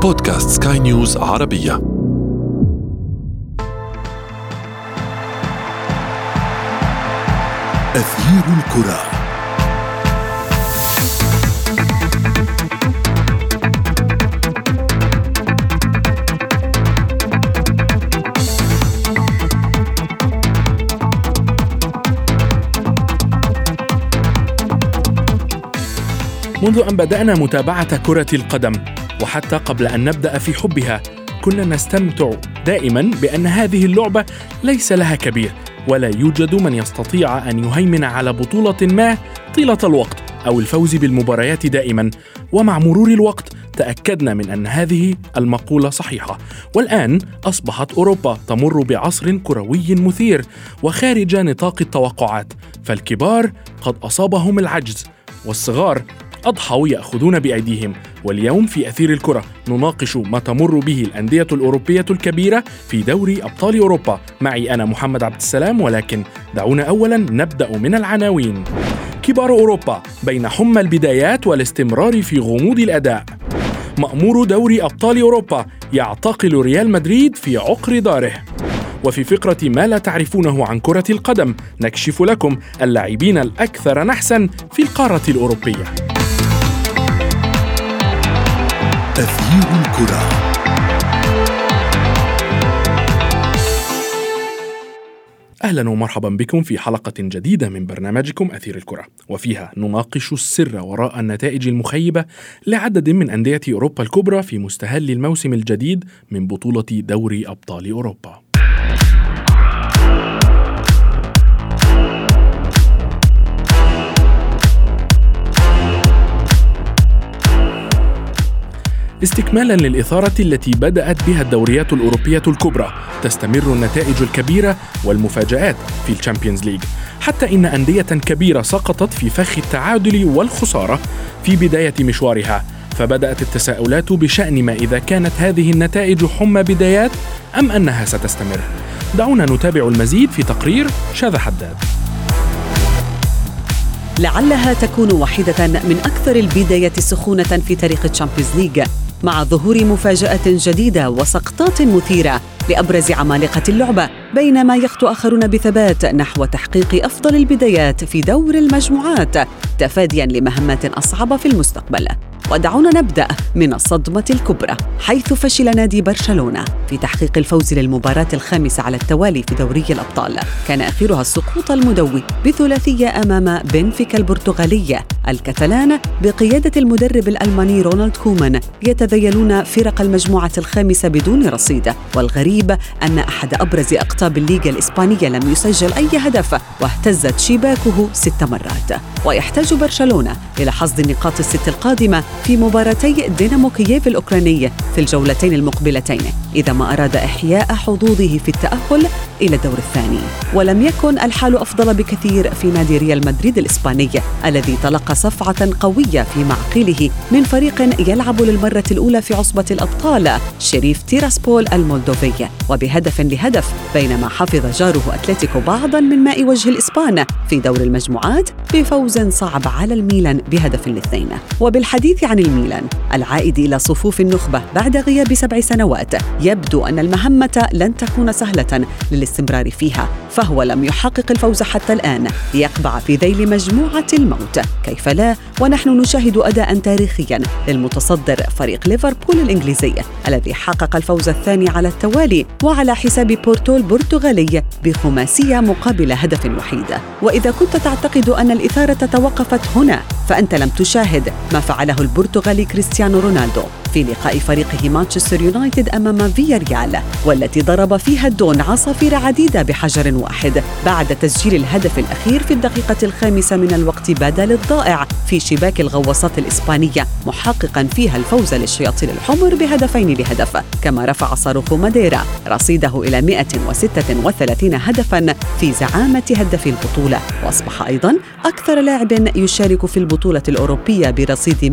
بودكاست سكاي نيوز عربية. أثير الكرة. منذ أن بدأنا متابعة كرة القدم وحتى قبل أن نبدأ في حبها كنا نستمتع دائما بأن هذه اللعبة ليس لها كبير، ولا يوجد من يستطيع أن يهيمن على بطولة ما طيلة الوقت أو الفوز بالمباريات دائما. ومع مرور الوقت تأكدنا من أن هذه المقولة صحيحة، والآن أصبحت أوروبا تمر بعصر كروي مثير وخارج نطاق التوقعات، فالكبار قد أصابهم العجز والصغار أضحوا يأخذون بأيديهم. واليوم في أثير الكرة نناقش ما تمر به الأندية الأوروبية الكبيرة في دوري أبطال أوروبا. معي أنا محمد عبد السلام، ولكن دعونا أولا نبدأ من العناوين. كبار أوروبا بين حمى البدايات والاستمرار في غموض الأداء. مأمور دوري أبطال أوروبا يعتقل ريال مدريد في عقر داره. وفي فقرة ما لا تعرفونه عن كرة القدم نكشف لكم اللاعبين الأكثر نحساً في القارة الأوروبية. أثير الكرة. أهلا ومرحبا بكم في حلقة جديدة من برنامجكم أثير الكرة، وفيها نناقش السر وراء النتائج المخيبة لعدد من أندية أوروبا الكبرى في مستهل الموسم الجديد من بطولة دوري أبطال أوروبا. استكمالا للإثارة التي بدأت بها الدوريات الأوروبية الكبرى، تستمر النتائج الكبيرة والمفاجآت في الشامبيونز ليج، حتى إن أندية كبيرة سقطت في فخ التعادل والخسارة في بداية مشوارها. فبدأت التساؤلات بشأن ما إذا كانت هذه النتائج حمى بدايات أم أنها ستستمر. دعونا نتابع المزيد في تقرير شاذ حداد. لعلها تكون واحدة من أكثر البدايات سخونة في تاريخ الشامبيونز ليج، مع ظهور مفاجأة جديدة وسقطات مثيرة لأبرز عمالقة اللعبة، بينما يخطو آخرون بثبات نحو تحقيق أفضل البدايات في دور المجموعات تفادياً لمهمات أصعب في المستقبل. ودعونا نبدأ من الصدمة الكبرى، حيث فشل نادي برشلونة في تحقيق الفوز للمباراة الخامسة على التوالي في دوري الأبطال، كان آخرها السقوط المدوي بثلاثية أمام بنفيكا البرتغالية. الكتالان بقيادة المدرب الألماني رونالد كومان يتذيلون فرق المجموعة الخامسة بدون رصيد، والغريب أن أحد أبرز أقطاب الليغا الإسبانية لم يسجل أي هدف، واهتزت شباكه 6 مرات. ويحتاج برشلونة إلى حصد النقاط الست القادمة في مباراتي دينامو كييف الأوكراني في الجولتين المقبلتين إذا ما أراد إحياء حظوظه في التأهل إلى الدور الثاني. ولم يكن الحال أفضل بكثير في نادي ريال مدريد الإسباني، الذي تلقى صفعة قوية في معقله من فريق يلعب للمرة الأولى في عصبة الأبطال، شريف تيراسبول المولدوفي، وبهدف لهدف، بينما حفظ جاره أتلتيكو بعضاً من ماء وجه الإسبان في دور المجموعات بفوز صعب على الميلان ب2-2. وبالحديث عن الميلان العائد إلى صفوف النخبة بعد غياب 7 سنوات، يبدو أن المهمة لن تكون سهلة للاستمرار فيها، فهو لم يحقق الفوز حتى الآن، يقبع في ذيل مجموعة الموت. كيف لا ونحن نشاهد أداء تاريخيا للمتصدر فريق ليفربول الإنجليزي، الذي حقق الفوز الثاني على التوالي وعلى حساب بورتو البرتغالي بخماسية مقابل هدف وحيد. وإذا كنت تعتقد أن الإثارة توقفت هنا، فأنت لم تشاهد ما فعله البرتغالي كريستيانو رونالدو في لقاء فريقه مانشستر يونايتد أمام فياريال، والتي ضرب فيها الدون عصافير عديدة بحجر واحد بعد تسجيل الهدف الأخير في الدقيقة 5 من الوقت بدل الضائع في شباك الغواصات الإسبانية، محققا فيها الفوز للشياطين الحمر ب2-1، كما رفع صاروخ ماديرا رصيده إلى 136 هدفا في زعامة هدف البطولة، وأصبح أيضا أكثر لاعب يشارك في البطولة الأوروبية برصيد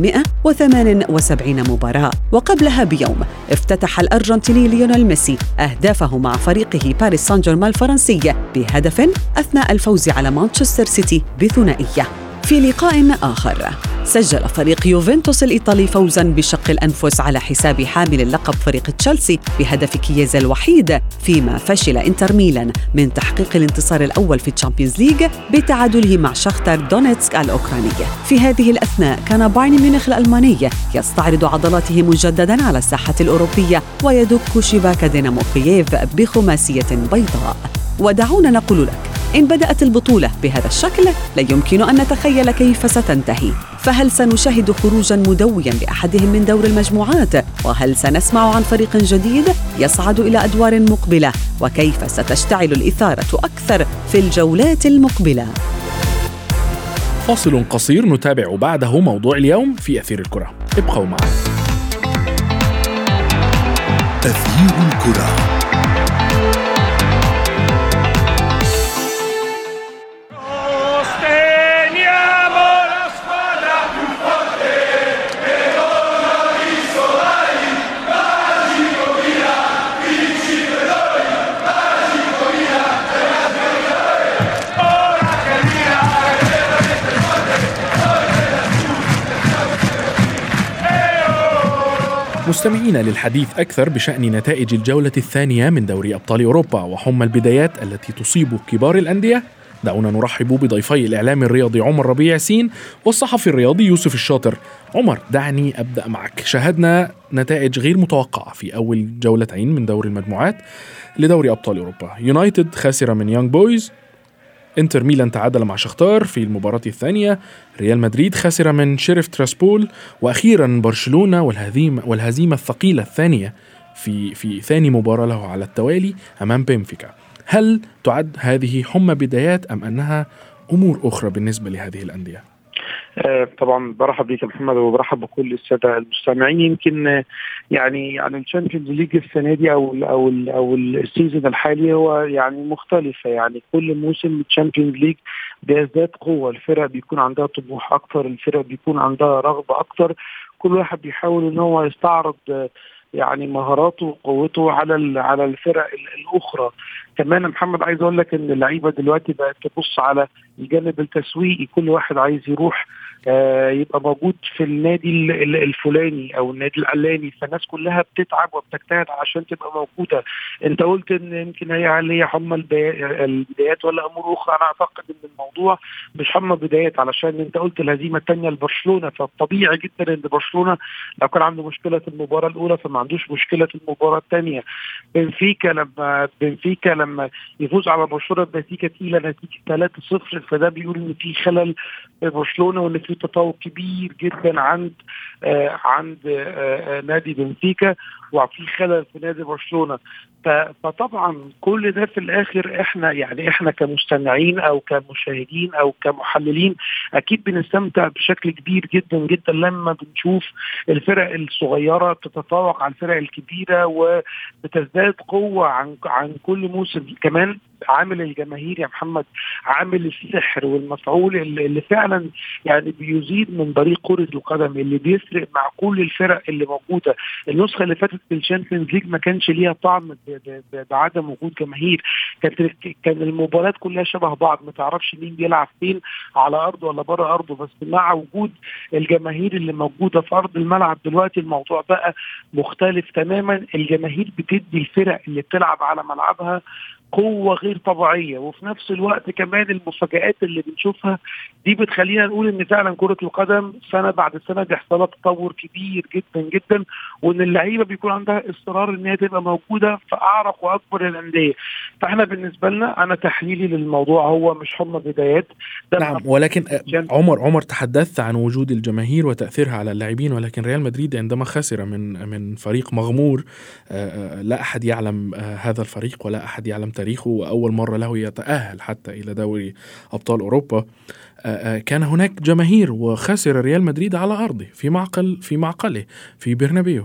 178 مباراة. وقبلها بيوم افتتح الأرجنتيني ليونيل ميسي أهدافه مع فريقه باريس سان جيرمان الفرنسي بهدف أثناء الفوز على مانشستر سيتي بثنائية. في لقاء آخر سجل فريق يوفنتوس الإيطالي فوزاً بشق الأنفس على حساب حامل اللقب فريق تشيلسي بهدف كييزا الوحيد، فيما فشل إنتر ميلان من تحقيق الانتصار الأول في الشامبيونز ليج بتعادله مع شختار دونيتسك الأوكراني. في هذه الأثناء كان بايرن ميونخ الألماني يستعرض عضلاته مجدداً على الساحة الأوروبية ويدك شباك دينامو كييف بخماسية بيضاء. ودعونا نقول لك، إن بدأت البطولة بهذا الشكل لا يمكن أن نتخيل كيف ستنتهي. فهل سنشاهد خروجاً مدوياً لأحدهم من دور المجموعات؟ وهل سنسمع عن فريق جديد يصعد إلى أدوار مقبلة؟ وكيف ستشتعل الإثارة أكثر في الجولات المقبلة؟ فاصل قصير نتابع بعده موضوع اليوم في أثير الكرة. ابقوا معنا. أثير الكرة. مستمعين، للحديث أكثر بشأن نتائج الجولة الثانية من دوري أبطال أوروبا وحمى البدايات التي تصيب كبار الأندية، دعونا نرحب بضيفي الإعلام الرياضي عمر ربيع ياسين والصحفي الرياضي يوسف الشاطر. عمر، دعني أبدأ معك. شاهدنا نتائج غير متوقعة في أول جولتين من دور المجموعات لدوري أبطال أوروبا. يونايتد خاسر من يونغ بويز، انتر ميلان تعادل مع شختار في المباراة الثانية، ريال مدريد خسر من شيريف تراسبول، وأخيرا برشلونة والهزيمة الثقيلة الثانية في ثاني مباراة له على التوالي أمام بنفيكا. هل تعد هذه حمى بدايات أم أنها أمور أخرى بالنسبة لهذه الأندية؟ طبعا برحب بك محمد وبرحب بكل السادة المستمعين. يمكن يعني الشامبيونز ليج السنة دي أو السيزون الحالي هو يعني مختلفة. يعني كل موسم الشامبيونز ليج بيزداد قوة، الفرق بيكون عندها طموح أكتر، الفرق بيكون عندها رغبة أكتر، كل واحد بيحاول إن هو يستعرض يعني مهاراته وقوته على الفرق الأخرى. كمان محمد عايز أقول لك إن اللعيبة دلوقتي بقت تبص على الجانب التسويقي، كل واحد عايز يروح يبقى موجود في النادي الفلاني أو النادي العلاني، فالناس كلها بتتعب وبتجتهد عشان تبقى موجودة. أنت قلت إن يمكن هي حمى البدايات ولا أمور أخرى. أنا أعتقد إن الموضوع مش حمى بدايات، علشان أنت قلت الهزيمة الثانية لبرشلونة، فالطبيعي جدا إن برشلونة لو كان عنده مشكلة في المباراة الأولى فما عندوش مشكلة في المباراة الثانية. بنفيكا لما يفوز على برشلونة بنتيجة تقيلة، نتيجة 3-0، فده بيقول إن في خلل في برشلونة وإن في تطور كبير جدا عند نادي بنفيكا وفي خلل في نادي برشلونة. فطبعا كل ده في الآخر احنا كمستمعين أو كمشاهدين أو كمحللين أكيد بنستمتع بشكل كبير جدا جدا لما بنشوف الفرق الصغيرة تتفوق على الفرق الكبيرة وبتزداد قوة عن كل موسم. كمان عامل الجماهير يا محمد عامل السحر والمفعول اللي فعلا يعني بيزيد من بريق كرة القدم، اللي بيفرق مع كل الفرق اللي موجودة. النسخة اللي فاتت في الشامبيونز ليج ما كانش ليها طعم بعدم وجود جماهير، كان المباريات كلها شبه بعض، ما تعرفش مين بيلعب فين على أرضه ولا بره أرضه. بس مع وجود الجماهير اللي موجودة في أرض الملعب دلوقتي الموضوع بقى مختلف تماما. الجماهير بتدي الفرق اللي بتلعب على ملعبها قوة غير طبيعية، وفي نفس الوقت كمان المفاجآت اللي بنشوفها دي بتخلينا نقول ان فعلا كرة القدم سنة بعد سنة بيحصلها تطور كبير جدا جدا، وان اللعيبة بيكون عندها اصرار ان هي تبقى موجودة في اعرق واكبر الاندية. فاحنا بالنسبة لنا انا تحليلي للموضوع هو مش حمى بدايات. نعم، ولكن عمر تحدثت عن وجود الجماهير وتأثيرها على اللاعبين، ولكن ريال مدريد عندما خسر من فريق مغمور لا أحد يعلم هذا الفريق ولا أحد يعلم تاريخه، وأول مرة له يتأهل حتى إلى دوري أبطال أوروبا، كان هناك جماهير وخسر ريال مدريد على أرضه في معقله في برنابيو.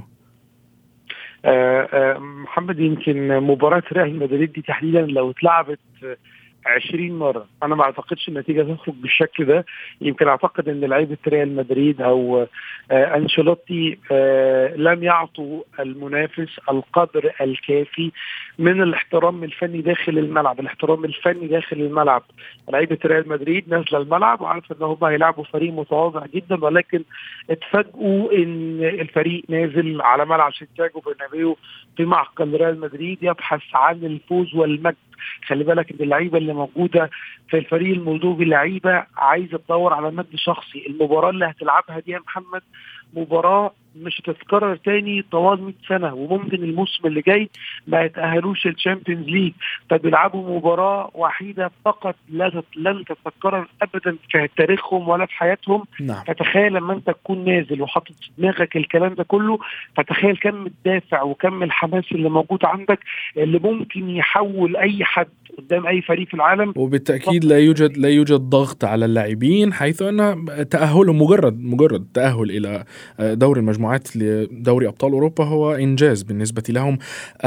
محمد، يمكن مباراة ريال مدريد دي تحديدا لو اتلعبت 20 مرة. أنا ما أعتقدش النتيجة تخرج بالشكل ده. يمكن أعتقد أن لعيبة ريال مدريد أو أنشيلوتي لم يعطوا المنافس القدر الكافي من الاحترام الفني داخل الملعب. الاحترام الفني داخل الملعب، لعيبة ريال مدريد نازلة الملعب وعارف أن هم هيلعبوا فريق متواضع جدا، ولكن اتفاجئوا أن الفريق نازل على ملعب سانتياغو برنابيو في معقل ريال مدريد يبحث عن الفوز والمجد. خلي بالك ان اللعيبه اللي موجوده في الفريق المولدوفي لعيبه عايزه تدور على مجد شخصي. المباراه اللي هتلعبها دي يا محمد مباراه مش هتتكرر تاني طوال 100 سنه، وممكن الموسم اللي جاي ما يتاهلوش الشامبيونز ليج. فبيلعبوا مباراه وحيده فقط لن تتكرر ابدا في تاريخهم ولا في حياتهم. نعم. فتخيل لما انت تكون نازل وحاطط في دماغك الكلام ده كله، فتخيل كم الدافع وكم الحماس اللي موجود عندك اللي ممكن يحول اي حد قدام اي فريق في العالم. وبالتأكيد لا يوجد ضغط على اللاعبين، حيث أن تأهلهم مجرد تأهل إلى دوري المجموعات لدوري أبطال أوروبا هو إنجاز بالنسبة لهم.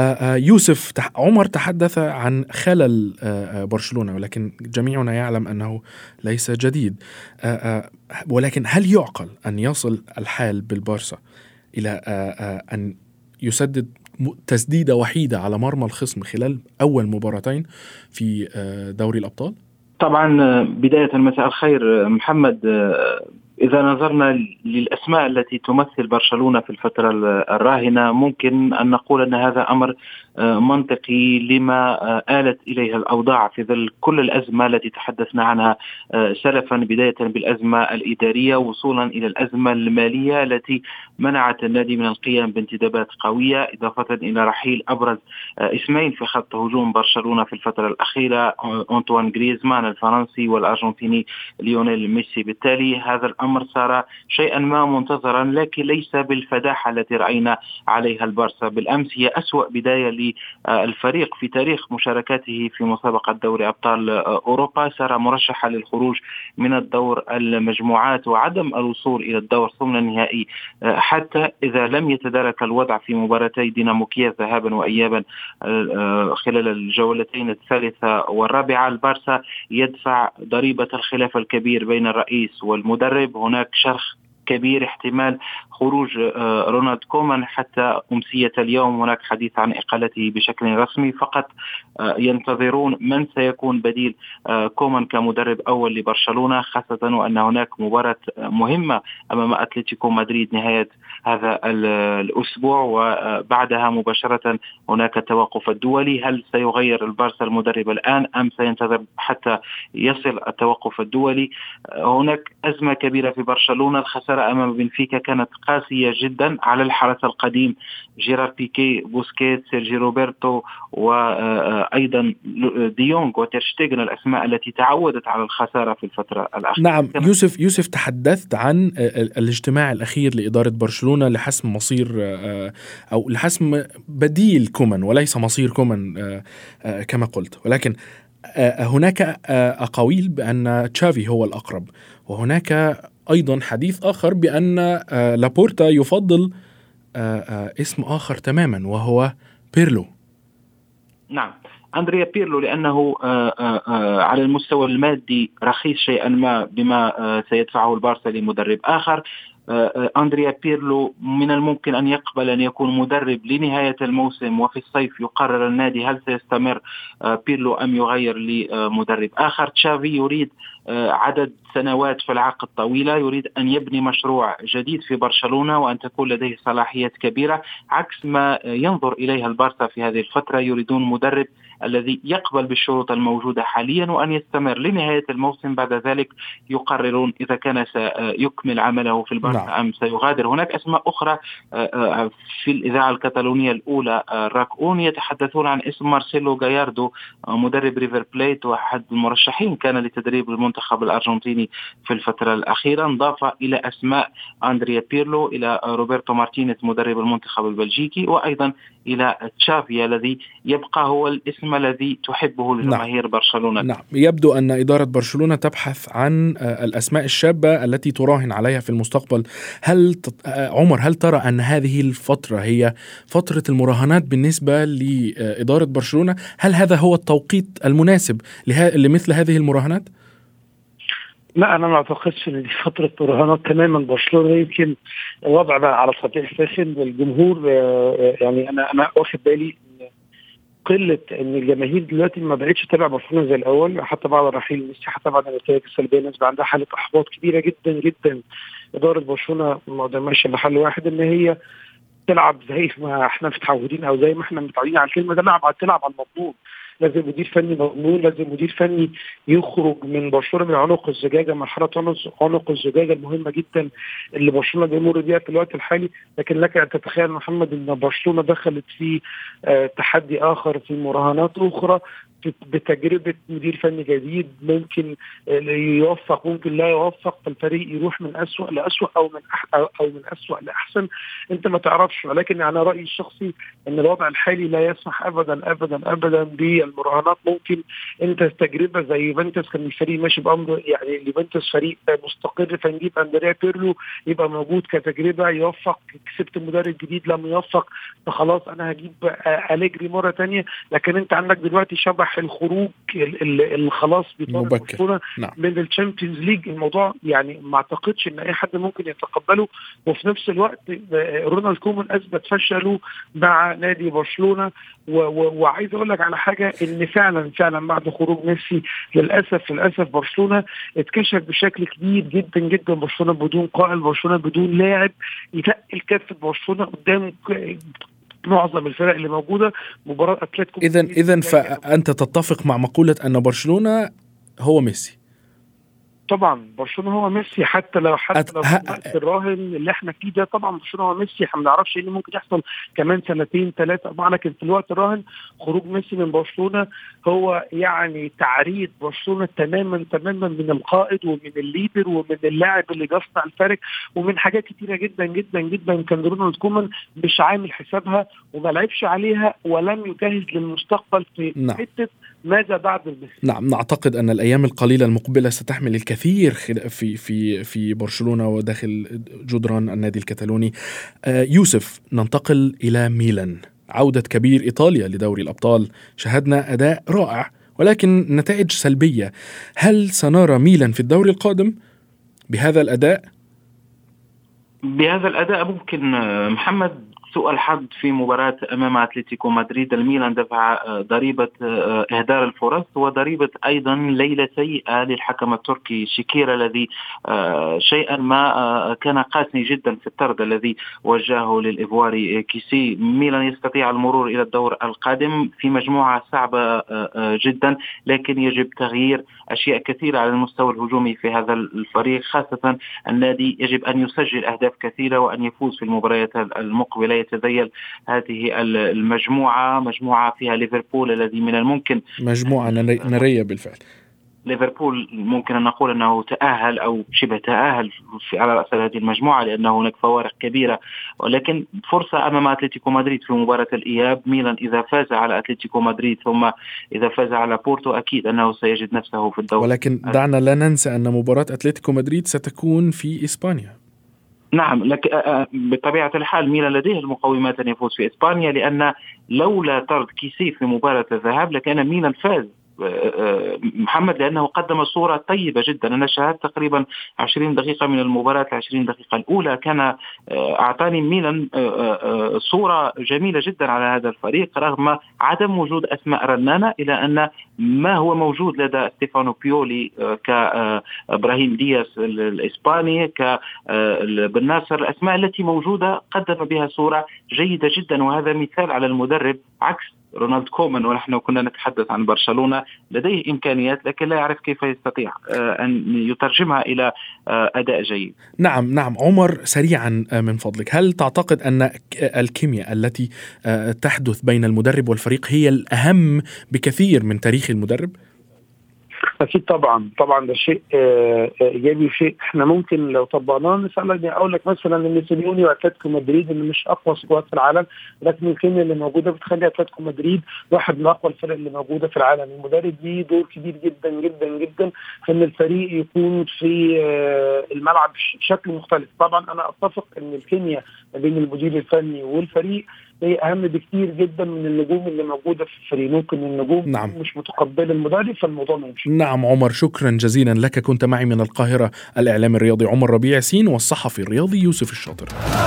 يوسف عمر تحدث عن خلل برشلونة، ولكن جميعنا يعلم أنه ليس جديد. ولكن هل يعقل أن يصل الحال بالبارسا إلى أن يسدد تسديدة وحيدة على مرمى الخصم خلال أول مباراتين في دوري الأبطال؟ طبعا بداية مساء الخير محمد. إذا نظرنا للأسماء التي تمثل برشلونة في الفترة الراهنة ممكن أن نقول أن هذا أمر منطقي لما آلت إليها الأوضاع في ظل كل الأزمة التي تحدثنا عنها سلفا، بداية بالأزمة الإدارية وصولا إلى الأزمة المالية التي منعت النادي من القيام بانتدابات قوية، إضافة إلى رحيل أبرز اسمين في خط هجوم برشلونة في الفترة الأخيرة، أنطوان غريزمان الفرنسي والأرجنتيني ليونيل ميسي. بالتالي هذا الأمر صار شيئا ما منتظرا، لكن ليس بالفداحة التي رأينا عليها البارسا بالأمس. هي أسوأ بداية للفريق في تاريخ مشاركاته في مسابقة دوري أبطال أوروبا. صار مرشحا للخروج من الدور المجموعات وعدم الوصول إلى الدور ثمن النهائي، حتى إذا لم يتدارك الوضع في مباراتي دينامو كييف ذهابا وإيابا خلال الجولتين الثالثة والرابعة. البارسا يدفع ضريبة الخلاف الكبير بين الرئيس والمدرب. هناك شرخ كبير، احتمال خروج رونالد كومان. حتى أمسية اليوم هناك حديث عن إقالته بشكل رسمي، فقط ينتظرون من سيكون بديل كومان كمدرب أول لبرشلونة، خاصة وأن هناك مباراة مهمة أمام أتلتيكو مدريد نهاية هذا الأسبوع، وبعدها مباشرة هناك التوقف الدولي. هل سيغير البارسا المدرب الآن أم سينتظر حتى يصل التوقف الدولي؟ هناك أزمة كبيرة في برشلونة. الخسارة أمام بنفيكا كانت قاسية جدا على الحرس القديم، جيرار بيكي، بوسكيت، سيرجي روبرتو، وأيضا ديونغ وتيرشتيغن، الأسماء التي تعودت على الخسارة في الفترة الأخيرة. نعم يوسف تحدثت عن الاجتماع الأخير لإدارة برشلونة لحسم مصير أو لحسم بديل كومان وليس مصير كومان كما قلت، ولكن هناك أقاويل بأن تشافي هو الأقرب، وهناك أيضا حديث آخر بأن لابورتا يفضل اسم آخر تماما وهو بيرلو. نعم، أندريا بيرلو، لأنه على المستوى المادي رخيص شيئا ما بما سيدفعه البارسا لمدرب آخر. أندريا بيرلو من الممكن أن يقبل أن يكون مدرب لنهاية الموسم، وفي الصيف يقرر النادي هل سيستمر بيرلو أم يغير لمدرب آخر. تشافي يريد عدد سنوات في العقد طويلة، يريد أن يبني مشروع جديد في برشلونة وأن تكون لديه صلاحيات كبيرة، عكس ما ينظر إليها البارسا في هذه الفترة. يريدون مدرب الذي يقبل بالشروط الموجودة حاليا وأن يستمر لنهاية الموسم، بعد ذلك يقررون إذا كان سيكمل عمله في البارسا أم سيغادر. هناك أسماء أخرى في الإذاعة الكتالونية الأولى راكون يتحدثون عن اسم مارسيلو غاياردو، مدرب ريفر بليت وأحد المرشحين كان لتدريب المنتخب الأرجنتيني المدربين في الفترة الأخيرة، انضاف إلى أسماء أندريا بيرلو، إلى روبرتو مارتينيز مدرب المنتخب البلجيكي، وأيضا إلى تشافي الذي يبقى هو الاسم الذي تحبه الجماهير برشلونة. نعم، يبدو أن إدارة برشلونة تبحث عن الأسماء الشابة التي تراهن عليها في المستقبل. هل ترى أن هذه الفترة هي فترة المراهنات بالنسبة لإدارة برشلونة؟ هل هذا هو التوقيت المناسب لمثل هذه المراهنات؟ لا، أنا ما أعتقدش إن دي فترة مراهنات تماما. برشلونة يمكن الوضع بقى على سطح ساخن والجمهور، يعني أنا واخد بالي قلة إن الجماهير دلوقتي ما بقتش تتابع برشلونة زي الأول، حتى بعد الرحيل ميسي، حتى بعد النتائج السلبية الناس بقى عندها حالة إحباط كبيرة جدا جدا. إدارة برشلونة ما قدامهاش إلا حل واحد، إن هي تلعب زي ما احنا متعودين، او زي ما احنا متعودين على الكلمه ده، تلعب على المضمون. لازم مدير فني مضمون، لازم مدير فني يخرج من برشلونه من عنق الزجاجه، مرحله عنق الزجاجه المهمه جدا اللي برشلونه بيمر بيها في الوقت الحالي. لكن لك ان تتخيل محمد ان برشلونه دخلت في تحدي اخر، في مراهنات اخرى، بتجربة مدير فني جديد، ممكن يوفق ممكن لا يوفق، فالفريق يروح من أسوأ لأسوأ أو من أسوأ لأحسن، أنت ما تعرفش. ولكن أنا رأيي الشخصي أن الوضع الحالي لا يسمح أبدا أبدا أبدا بالمراهنات. ممكن أنت تجربة زي يوفنتوس، كان الفريق ماشي بأمر، يعني يوفنتوس فريق مستقر، فنجيب أندريا بيرلو يبقى موجود كتجربة، يوفق، كسبت مدرب جديد لم يوفق، فخلاص أنا هجيب أليجري مرة تانية. لكن أنت عندك دلوقتي شبح الخروج الخلاص بطاقة برشلونة من الشامبيونز ليج. الموضوع يعني ما اعتقدش ان اي حد ممكن يتقبله. وفي نفس الوقت رونالد كومان اثبت فشله مع نادي برشلونة. وعايز اقول لك على حاجة، ان فعلا بعد خروج ميسي للاسف برشلونة اتكشف بشكل كبير جدا جدا. برشلونة بدون قائد، برشلونة بدون لاعب يتقل كافة برشلونة قدام معظم الفرق اللي موجودة. مباراة أتلتيكو، إذن فأنت تتفق مع مقولة أن برشلونة هو ميسي؟ طبعا برشلونة هو ميسي، حتى لو الوقت الراهن اللي احنا فيه ده، طبعا برشلونة هو ميسي. احنا ما نعرفش ايه اللي ممكن يحصل كمان 2 3 4، لكن في الوقت الراهن خروج ميسي من برشلونة هو يعني تعريض برشلونة تماما من القائد ومن الليدر ومن اللاعب اللي بيصنع الفارق، ومن حاجات كتيرة جدا جدا جدا كان رونالد كومان مش عامل حسابها وما لعبش عليها ولم يجهز للمستقبل في حتة ماذا بعد ميسي. نعم، نعتقد أن الأيام القليلة المقبلة ستحمل الكثير في برشلونة وداخل جدران النادي الكتالوني. يوسف، ننتقل إلى ميلان، عودة كبير إيطاليا لدوري الأبطال. شاهدنا أداء رائع ولكن نتائج سلبية. هل سنرى ميلان في الدوري القادم بهذا الأداء؟ بهذا الأداء ممكن محمد. سوء الحظ في مباراة أمام أتلتيكو مدريد، الميلان دفع ضريبة إهدار الفرص وضريبة أيضا ليلة سيئة للحكم التركي شيكيرا، الذي شيئا ما كان قاسي جدا في الطرد الذي وجهه للإيفواري كيسي. ميلان يستطيع المرور إلى الدور القادم في مجموعة صعبة جدا، لكن يجب تغيير أشياء كثيرة على المستوى الهجومي في هذا الفريق، خاصة النادي يجب أن يسجل أهداف كثيرة وأن يفوز في المباريات المقبلة. يتذيل هذه مجموعة فيها ليفربول الذي من الممكن مجموعة نارية بالفعل. ليفربول ممكن أن نقول أنه تأهل أو شبه تأهل على رأس هذه المجموعة، لأنه هناك فوارق كبيرة، ولكن فرصة أمام أتلتيكو مدريد في مباراة الإياب. ميلان إذا فاز على أتلتيكو مدريد ثم إذا فاز على بورتو أكيد أنه سيجد نفسه في الدوري. ولكن دعنا لا ننسى أن مباراة أتلتيكو مدريد ستكون في إسبانيا. نعم، بطبيعة الحال ميلان لديه المقومات أن يفوز في إسبانيا، لأن لولا طرد كيسي في مباراة الذهاب لكان ميلان فاز محمد، لأنه قدم صورة طيبة جدا. أنا شاهدت تقريبا 20 دقيقة من المباراة، 20 دقيقة الأولى كان أعطاني ميلان صورة جميلة جدا على هذا الفريق، رغم عدم وجود أسماء رنانة، إلى أن ما هو موجود لدى ستيفانو بيولي كإبراهيم دياس الإسباني، كبن ناصر، الأسماء التي موجودة قدم بها صورة جيدة جدا. وهذا مثال على المدرب عكس رونالد كومان، ونحن كنا نتحدث عن برشلونة لديه إمكانيات لكن لا يعرف كيف يستطيع أن يترجمها إلى أداء جيد. نعم عمر، سريعا من فضلك، هل تعتقد أن الكيمياء التي تحدث بين المدرب والفريق هي الأهم بكثير من تاريخ المدرب؟ أكيد طبعا ده شيء إيجابي، شيء إحنا ممكن لو طبقناه نسألك أقول لك مثلا إن سيميوني وأتلتيكو مدريد اللي مش أقوى سكواد في العالم، لكن الكيمياء اللي موجودة بتخلي أتلتيكو مدريد واحد من أقوى الفرق اللي موجودة في العالم. المدرب ليه دور كبير جدا جدا جدا في إن الفريق يكون في الملعب بشكل مختلف. طبعا أنا أتفق إن الكيمياء بين المدير الفني والفريق هي أهم بكتير جدا من النجوم اللي موجودة في الفريق. ممكن النجوم مش متقبلة المدرب فالموضوع ما يمشي. نعم عمر، شكرا جزيلا لك. كنت معي من القاهرة الإعلام الرياضي عمر ربيع ياسين والصحفي الرياضي يوسف الشاطر.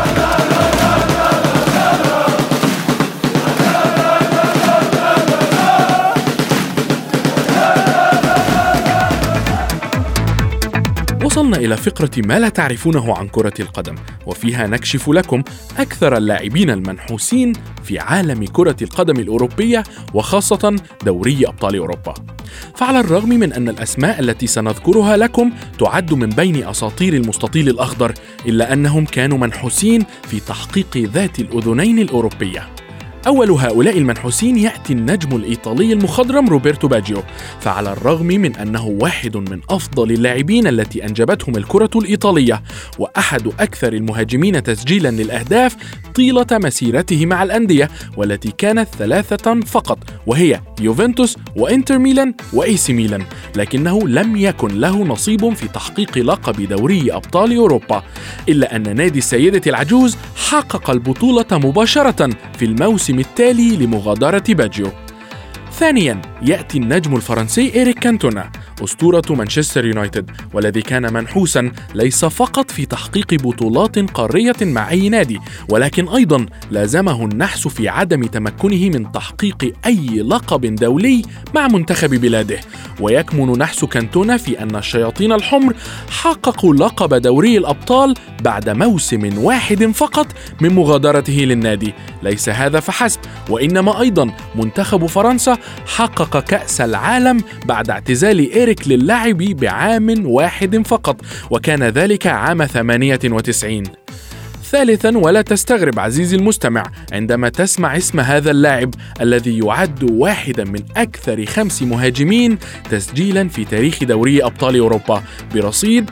وصلنا إلى فقرة ما لا تعرفونه عن كرة القدم، وفيها نكشف لكم أكثر اللاعبين المنحوسين في عالم كرة القدم الأوروبية وخاصة دوري أبطال أوروبا. فعلى الرغم من أن الأسماء التي سنذكرها لكم تعد من بين أساطير المستطيل الأخضر، إلا أنهم كانوا منحوسين في تحقيق ذات الأذنين الأوروبية. أول هؤلاء المنحوسين يأتي النجم الإيطالي المخضرم روبرتو باجيو، فعلى الرغم من أنه واحد من أفضل اللاعبين التي أنجبتهم الكرة الإيطالية وأحد أكثر المهاجمين تسجيلا للأهداف طيلة مسيرته مع الأندية، والتي كانت 3 فقط، وهي يوفنتوس وإنتر ميلان وإيسي ميلان، لكنه لم يكن له نصيب في تحقيق لقب دوري أبطال أوروبا، إلا أن نادي السيدة العجوز حقق البطولة مباشرة في الموسم التالي لمغادرة باجيو. ثانياً يأتي النجم الفرنسي إريك كانتونا أسطورة مانشستر يونايتد، والذي كان منحوساً ليس فقط في تحقيق بطولات قارية مع أي نادي، ولكن أيضاً لازمه النحس في عدم تمكنه من تحقيق أي لقب دولي مع منتخب بلاده. ويكمن نحس كانتونا في أن الشياطين الحمر حققوا لقب دوري الأبطال بعد موسم واحد فقط من مغادرته للنادي. ليس هذا فحسب، وإنما أيضاً منتخب فرنسا حقق كأس العالم بعد اعتزال إيريك للعب بعام واحد فقط، وكان ذلك عام 98. ثالثاً، ولا تستغرب عزيزي المستمع عندما تسمع اسم هذا اللاعب الذي يعد واحدا من أكثر 5 مهاجمين تسجيلاً في تاريخ دوري أبطال أوروبا برصيد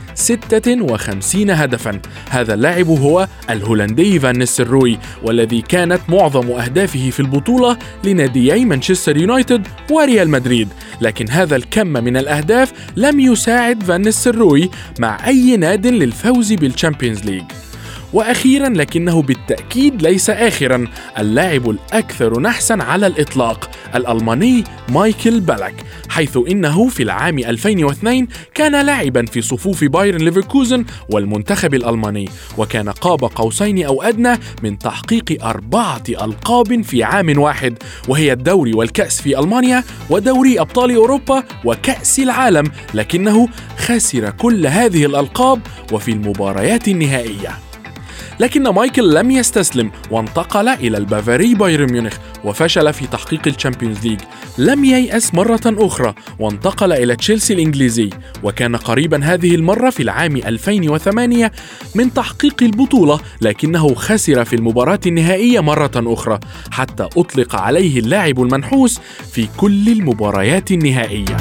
56 هدفاً. هذا اللاعب هو الهولندي فان نيستلروي، والذي كانت معظم أهدافه في البطولة لناديي مانشستر يونايتد وريال مدريد، لكن هذا الكم من الأهداف لم يساعد فان نيستلروي مع أي ناد للفوز بالشامبيونز ليج. وأخيراً لكنه بالتأكيد ليس آخراً، اللاعب الأكثر نحساً على الإطلاق الألماني مايكل بالك، حيث إنه في العام 2002 كان لاعباً في صفوف بايرن ليفركوزن والمنتخب الألماني، وكان قاب قوسين أو أدنى من تحقيق 4 ألقاب في عام واحد، وهي الدوري والكأس في ألمانيا ودوري أبطال أوروبا وكأس العالم، لكنه خسر كل هذه الألقاب وفي المباريات النهائية. لكن مايكل لم يستسلم وانتقل إلى البافاري بايرن ميونخ وفشل في تحقيق الشامبيونز ليج. لم ييأس مرة أخرى وانتقل إلى تشيلسي الإنجليزي، وكان قريبا هذه المرة في العام 2008 من تحقيق البطولة، لكنه خسر في المباراة النهائية مرة أخرى حتى أطلق عليه اللاعب المنحوس في كل المباريات النهائية.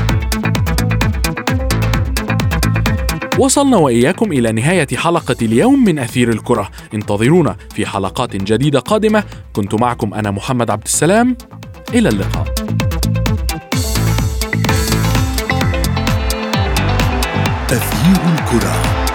وصلنا وإياكم إلى نهاية حلقة اليوم من أثير الكرة. انتظرونا في حلقات جديدة قادمة. كنت معكم أنا محمد عبد السلام، إلى اللقاء. أثير الكرة.